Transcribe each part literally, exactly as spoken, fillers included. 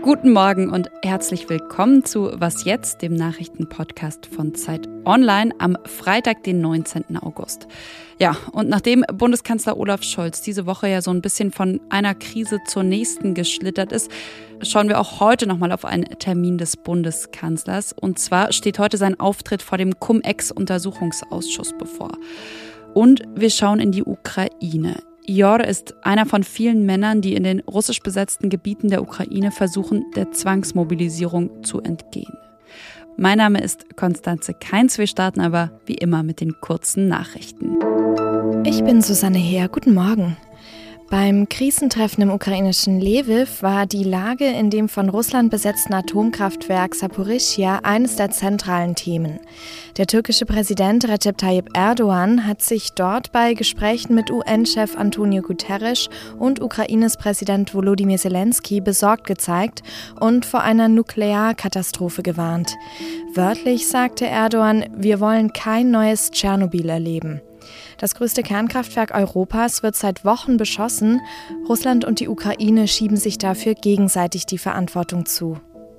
Guten Morgen und herzlich willkommen zu Was jetzt, dem Nachrichtenpodcast von Zeit Online am Freitag, den neunzehnten August. Ja, und nachdem Bundeskanzler Olaf Scholz diese Woche ja so ein bisschen von einer Krise zur nächsten geschlittert ist, schauen wir auch heute nochmal auf einen Termin des Bundeskanzlers. Und zwar steht heute sein Auftritt vor dem Cum-Ex-Untersuchungsausschuss bevor. Und wir schauen in die Ukraine. Ior ist einer von vielen Männern, die in den russisch besetzten Gebieten der Ukraine versuchen, der Zwangsmobilisierung zu entgehen. Mein Name ist Konstanze Keins. Wir starten aber wie immer mit den kurzen Nachrichten. Ich bin Susanne Heer. Guten Morgen. Beim Krisentreffen im ukrainischen Lviv war die Lage in dem von Russland besetzten Atomkraftwerk Saporischschja eines der zentralen Themen. Der türkische Präsident Recep Tayyip Erdogan hat sich dort bei Gesprächen mit U N-Chef Antonio Guterres und Ukraines Präsident Volodymyr Zelensky besorgt gezeigt und vor einer Nuklearkatastrophe gewarnt. Wörtlich sagte Erdogan: Wir wollen kein neues Tschernobyl erleben. Das größte Kernkraftwerk Europas wird seit Wochen beschossen. Russland und die Ukraine schieben sich dafür gegenseitig die Verantwortung zu.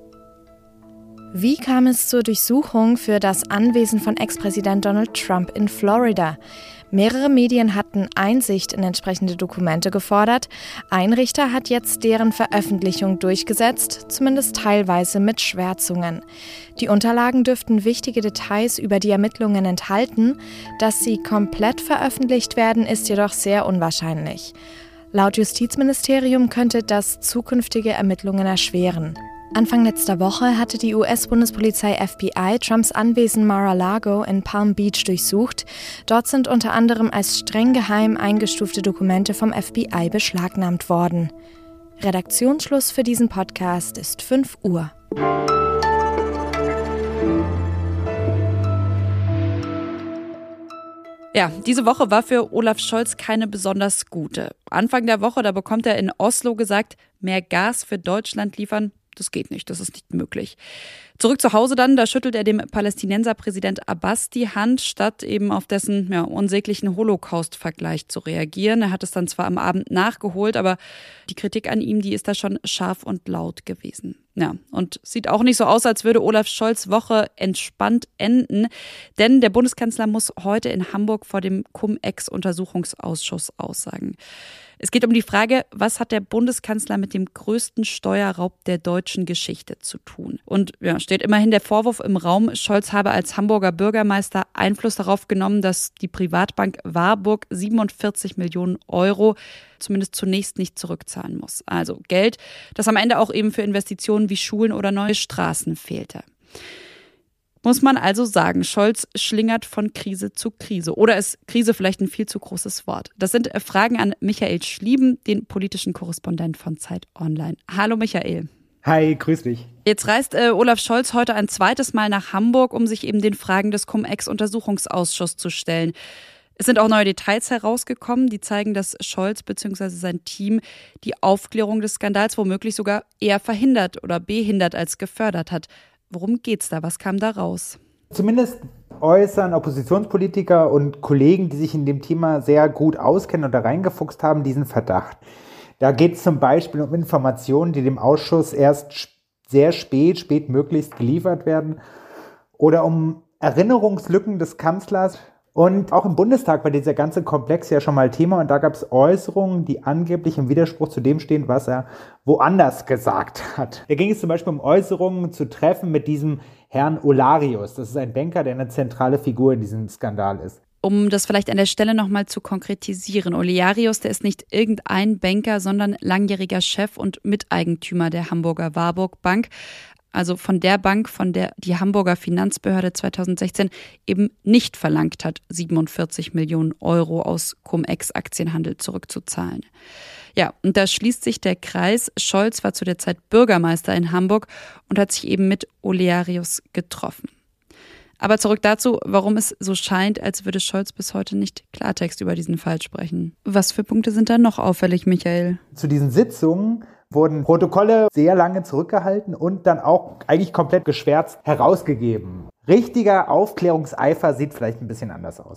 Wie kam es zur Durchsuchung für das Anwesen von Ex-Präsident Donald Trump in Florida? Mehrere Medien hatten Einsicht in entsprechende Dokumente gefordert. Ein Richter hat jetzt deren Veröffentlichung durchgesetzt, zumindest teilweise mit Schwärzungen. Die Unterlagen dürften wichtige Details über die Ermittlungen enthalten. Dass sie komplett veröffentlicht werden, ist jedoch sehr unwahrscheinlich. Laut Justizministerium könnte das zukünftige Ermittlungen erschweren. Anfang letzter Woche hatte die U S-Bundespolizei F B I Trumps Anwesen Mar-a-Lago in Palm Beach durchsucht. Dort sind unter anderem als streng geheim eingestufte Dokumente vom F B I beschlagnahmt worden. Redaktionsschluss für diesen Podcast ist fünf Uhr. Ja, diese Woche war für Olaf Scholz keine besonders gute. Anfang der Woche, da bekommt er in Oslo gesagt, mehr Gas für Deutschland liefern. Das geht nicht, das ist nicht möglich. Zurück zu Hause dann, da schüttelt er dem Palästinenserpräsident Abbas die Hand, statt eben auf dessen ja, unsäglichen Holocaust-Vergleich zu reagieren. Er hat es dann zwar am Abend nachgeholt, aber die Kritik an ihm, die ist da schon scharf und laut gewesen. Ja, und sieht auch nicht so aus, als würde Olaf Scholz' Woche entspannt enden, denn der Bundeskanzler muss heute in Hamburg vor dem Cum-Ex-Untersuchungsausschuss aussagen. Es geht um die Frage, was hat der Bundeskanzler mit dem größten Steuerraub der deutschen Geschichte zu tun? Und ja, steht immerhin der Vorwurf im Raum, Scholz habe als Hamburger Bürgermeister Einfluss darauf genommen, dass die Privatbank Warburg siebenundvierzig Millionen Euro zumindest zunächst nicht zurückzahlen muss. Also Geld, das am Ende auch eben für Investitionen wie Schulen oder neue Straßen fehlte. Muss man also sagen, Scholz schlingert von Krise zu Krise. Oder ist Krise vielleicht ein viel zu großes Wort? Das sind Fragen an Michael Schlieben, den politischen Korrespondent von Zeit Online. Hallo Michael. Hi, grüß dich. Jetzt reist äh, Olaf Scholz heute ein zweites Mal nach Hamburg, um sich eben den Fragen des Cum-Ex-Untersuchungsausschusses zu stellen. Es sind auch neue Details herausgekommen, die zeigen, dass Scholz bzw. sein Team die Aufklärung des Skandals womöglich sogar eher verhindert oder behindert als gefördert hat. Worum geht's da? Was kam da raus? Zumindest äußern Oppositionspolitiker und Kollegen, die sich in dem Thema sehr gut auskennen und da reingefuchst haben, diesen Verdacht. Da geht es zum Beispiel um Informationen, die dem Ausschuss erst sehr spät, spätmöglichst geliefert werden, oder um Erinnerungslücken des Kanzlers. Und auch im Bundestag war dieser ganze Komplex ja schon mal Thema und da gab es Äußerungen, die angeblich im Widerspruch zu dem stehen, was er woanders gesagt hat. Da ging es zum Beispiel um Äußerungen zu Treffen mit diesem Herrn Olarius. Das ist ein Banker, der eine zentrale Figur in diesem Skandal ist. Um das vielleicht an der Stelle nochmal zu konkretisieren. Olarius, der ist nicht irgendein Banker, sondern langjähriger Chef und Miteigentümer der Hamburger Warburg Bank. Also von der Bank, von der die Hamburger Finanzbehörde zweitausendsechzehn eben nicht verlangt hat, siebenundvierzig Millionen Euro aus Cum-Ex-Aktienhandel zurückzuzahlen. Ja, und da schließt sich der Kreis. Scholz war zu der Zeit Bürgermeister in Hamburg und hat sich eben mit Olarius getroffen. Aber zurück dazu, warum es so scheint, als würde Scholz bis heute nicht Klartext über diesen Fall sprechen. Was für Punkte sind da noch auffällig, Michael? Zu diesen Sitzungen wurden Protokolle sehr lange zurückgehalten und dann auch eigentlich komplett geschwärzt herausgegeben. Richtiger Aufklärungseifer sieht vielleicht ein bisschen anders aus.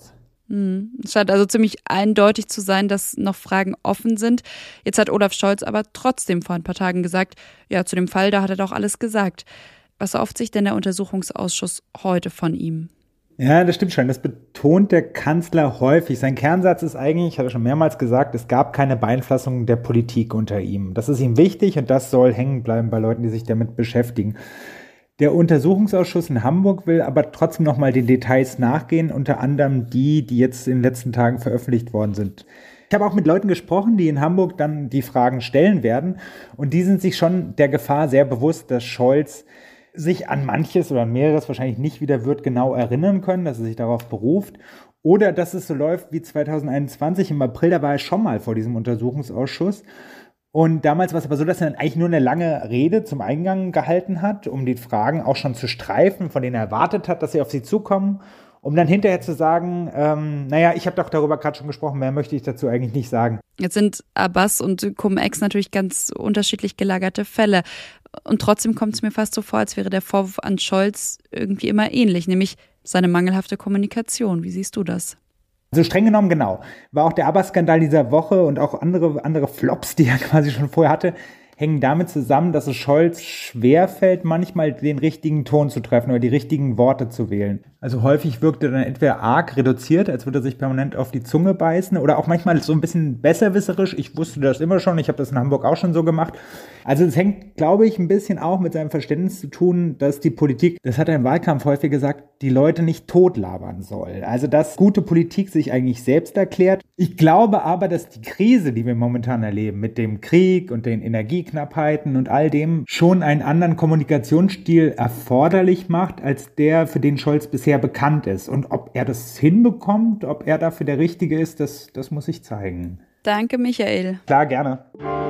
Es scheint also ziemlich eindeutig zu sein, dass noch Fragen offen sind. Jetzt hat Olaf Scholz aber trotzdem vor ein paar Tagen gesagt, ja, zu dem Fall, da hat er doch alles gesagt. Was erhofft sich denn der Untersuchungsausschuss heute von ihm? Ja, das stimmt schon. Das betont der Kanzler häufig. Sein Kernsatz ist eigentlich, hat er schon mehrmals gesagt, es gab keine Beeinflussung der Politik unter ihm. Das ist ihm wichtig und das soll hängen bleiben bei Leuten, die sich damit beschäftigen. Der Untersuchungsausschuss in Hamburg will aber trotzdem noch mal den Details nachgehen, unter anderem die, die jetzt in den letzten Tagen veröffentlicht worden sind. Ich habe auch mit Leuten gesprochen, die in Hamburg dann die Fragen stellen werden und die sind sich schon der Gefahr sehr bewusst, dass Scholz sich an manches oder an mehreres wahrscheinlich nicht wieder wird genau erinnern können, dass er sich darauf beruft. Oder dass es so läuft wie zwanzig einundzwanzig im April, da war er schon mal vor diesem Untersuchungsausschuss. Und damals war es aber so, dass er dann eigentlich nur eine lange Rede zum Eingang gehalten hat, um die Fragen auch schon zu streifen, von denen er erwartet hat, dass sie auf sie zukommen, um dann hinterher zu sagen, ähm, naja, ich habe doch darüber gerade schon gesprochen, mehr möchte ich dazu eigentlich nicht sagen. Jetzt sind Abbas und Cum-Ex natürlich ganz unterschiedlich gelagerte Fälle. Und trotzdem kommt es mir fast so vor, als wäre der Vorwurf an Scholz irgendwie immer ähnlich, nämlich seine mangelhafte Kommunikation. Wie siehst du das? Also streng genommen genau. War auch der Abbas-Skandal dieser Woche und auch andere, andere Flops, die er quasi schon vorher hatte, hängen damit zusammen, dass es Scholz schwerfällt, manchmal den richtigen Ton zu treffen oder die richtigen Worte zu wählen. Also häufig wirkt er dann entweder arg reduziert, als würde er sich permanent auf die Zunge beißen oder auch manchmal so ein bisschen besserwisserisch. Ich wusste das immer schon, ich habe das in Hamburg auch schon so gemacht. Also es hängt, glaube ich, ein bisschen auch mit seinem Verständnis zu tun, dass die Politik, das hat er im Wahlkampf häufig gesagt, die Leute nicht totlabern soll. Also dass gute Politik sich eigentlich selbst erklärt. Ich glaube aber, dass die Krise, die wir momentan erleben, mit dem Krieg und den Energieknappheiten und all dem, schon einen anderen Kommunikationsstil erforderlich macht, als der, für den Scholz bisher bekannt ist. Und ob er das hinbekommt, ob er dafür der Richtige ist, das, das muss sich zeigen. Danke, Michael. Klar, gerne.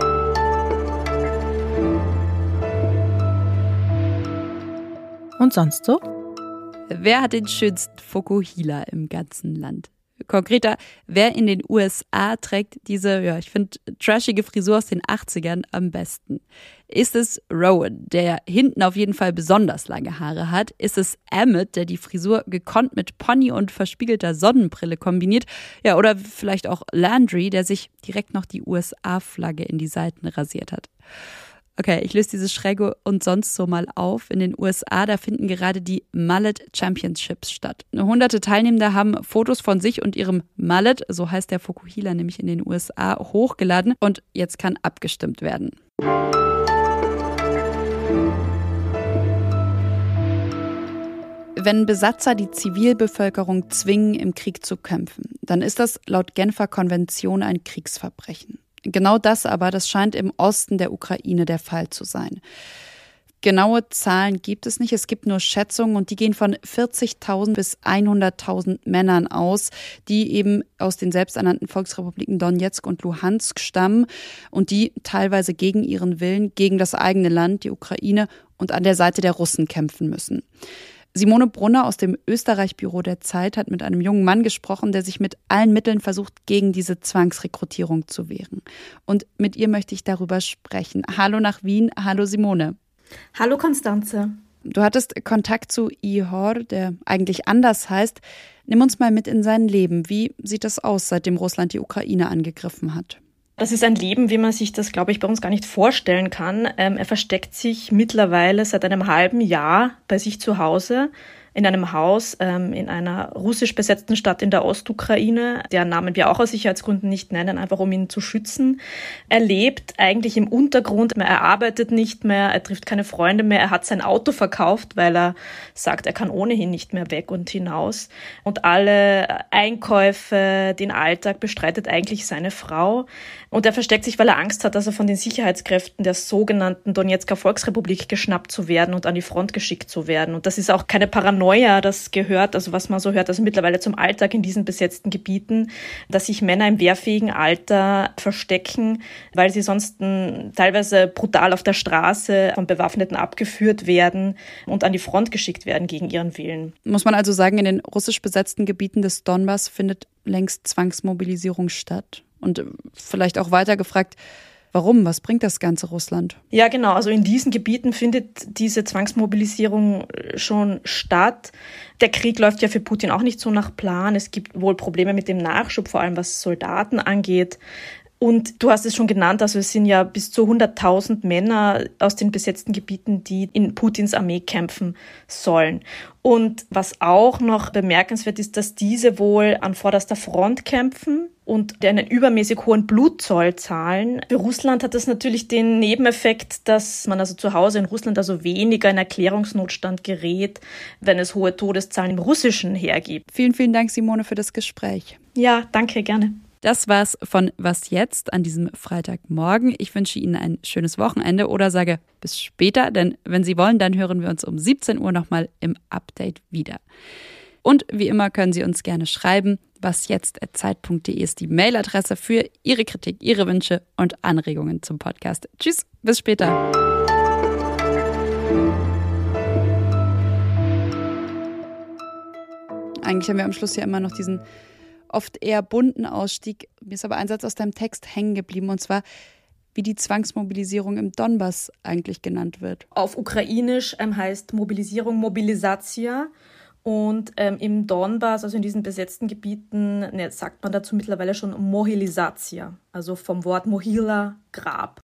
Und sonst so? Wer hat den schönsten Fokuhila im ganzen Land? Konkreter, wer in den U S A trägt diese, ja, ich finde, trashige Frisur aus den achtzigern am besten? Ist es Rowan, der hinten auf jeden Fall besonders lange Haare hat? Ist es Emmett, der die Frisur gekonnt mit Pony und verspiegelter Sonnenbrille kombiniert? Ja, oder vielleicht auch Landry, der sich direkt noch die U S A-Flagge in die Seiten rasiert hat? Okay, ich löse dieses Schräge und sonst so mal auf. In den U S A, da finden gerade die Mullet Championships statt. Hunderte Teilnehmende haben Fotos von sich und ihrem Mullet, so heißt der Fokuhila nämlich in den U S A, hochgeladen und jetzt kann abgestimmt werden. Wenn Besatzer die Zivilbevölkerung zwingen, im Krieg zu kämpfen, dann ist das laut Genfer Konvention ein Kriegsverbrechen. Genau das aber, das scheint im Osten der Ukraine der Fall zu sein. Genaue Zahlen gibt es nicht, es gibt nur Schätzungen und die gehen von vierzigtausend bis hunderttausend Männern aus, die eben aus den selbsternannten Volksrepubliken Donetsk und Luhansk stammen und die teilweise gegen ihren Willen, gegen das eigene Land, die Ukraine und an der Seite der Russen kämpfen müssen. Simone Brunner aus dem Österreich-Büro der Zeit hat mit einem jungen Mann gesprochen, der sich mit allen Mitteln versucht, gegen diese Zwangsrekrutierung zu wehren. Und mit ihr möchte ich darüber sprechen. Hallo nach Wien, hallo Simone. Hallo Konstanze. Du hattest Kontakt zu Ihor, der eigentlich anders heißt. Nimm uns mal mit in sein Leben. Wie sieht das aus, seitdem Russland die Ukraine angegriffen hat? Das ist ein Leben, wie man sich das, glaube ich, bei uns gar nicht vorstellen kann. Ähm, er versteckt sich mittlerweile seit einem halben Jahr bei sich zu Hause in einem Haus ähm, in einer russisch besetzten Stadt in der Ostukraine, deren Namen wir auch aus Sicherheitsgründen nicht nennen, einfach um ihn zu schützen. Er lebt eigentlich im Untergrund, er arbeitet nicht mehr, er trifft keine Freunde mehr, er hat sein Auto verkauft, weil er sagt, er kann ohnehin nicht mehr weg und hinaus. Und alle Einkäufe, den Alltag bestreitet eigentlich seine Frau. Und er versteckt sich, weil er Angst hat, dass er von den Sicherheitskräften der sogenannten Donetsker Volksrepublik geschnappt zu werden und an die Front geschickt zu werden. Und das ist auch keine Paranoia, das gehört, also was man so hört, also mittlerweile zum Alltag in diesen besetzten Gebieten, dass sich Männer im wehrfähigen Alter verstecken, weil sie sonst teilweise brutal auf der Straße von Bewaffneten abgeführt werden und an die Front geschickt werden gegen ihren Willen. Muss man also sagen, in den russisch besetzten Gebieten des Donbass findet längst Zwangsmobilisierung statt? Und vielleicht auch weiter gefragt, Warum? Was bringt das Ganze Russland? Ja, genau. Also in diesen Gebieten findet diese Zwangsmobilisierung schon statt. Der Krieg läuft ja für Putin auch nicht so nach Plan. Es gibt wohl Probleme mit dem Nachschub, vor allem was Soldaten angeht. Und du hast es schon genannt, also es sind ja bis zu hunderttausend Männer aus den besetzten Gebieten, die in Putins Armee kämpfen sollen. Und was auch noch bemerkenswert ist, dass diese wohl an vorderster Front kämpfen und einen übermäßig hohen Blutzoll zahlen. Für Russland hat das natürlich den Nebeneffekt, dass man also zu Hause in Russland also weniger in Erklärungsnotstand gerät, wenn es hohe Todeszahlen im russischen Heer gibt. Vielen, vielen Dank, Simone, für das Gespräch. Ja, danke, gerne. Das war's von Was jetzt an diesem Freitagmorgen. Ich wünsche Ihnen ein schönes Wochenende oder sage bis später, denn wenn Sie wollen, dann hören wir uns um siebzehn Uhr nochmal im Update wieder. Und wie immer können Sie uns gerne schreiben. wasjetzt at zeit punkt de ist die Mailadresse für Ihre Kritik, Ihre Wünsche und Anregungen zum Podcast. Tschüss, bis später. Eigentlich haben wir am Schluss ja immer noch diesen oft eher bunten Ausstieg. Mir ist aber ein Satz aus deinem Text hängen geblieben, und zwar, wie die Zwangsmobilisierung im Donbass eigentlich genannt wird. Auf Ukrainisch ähm, heißt Mobilisierung Mobilisatia. Und ähm, im Donbass, also in diesen besetzten Gebieten, ne, sagt man dazu mittlerweile schon Mohilisatia, also vom Wort Mohila, Grab.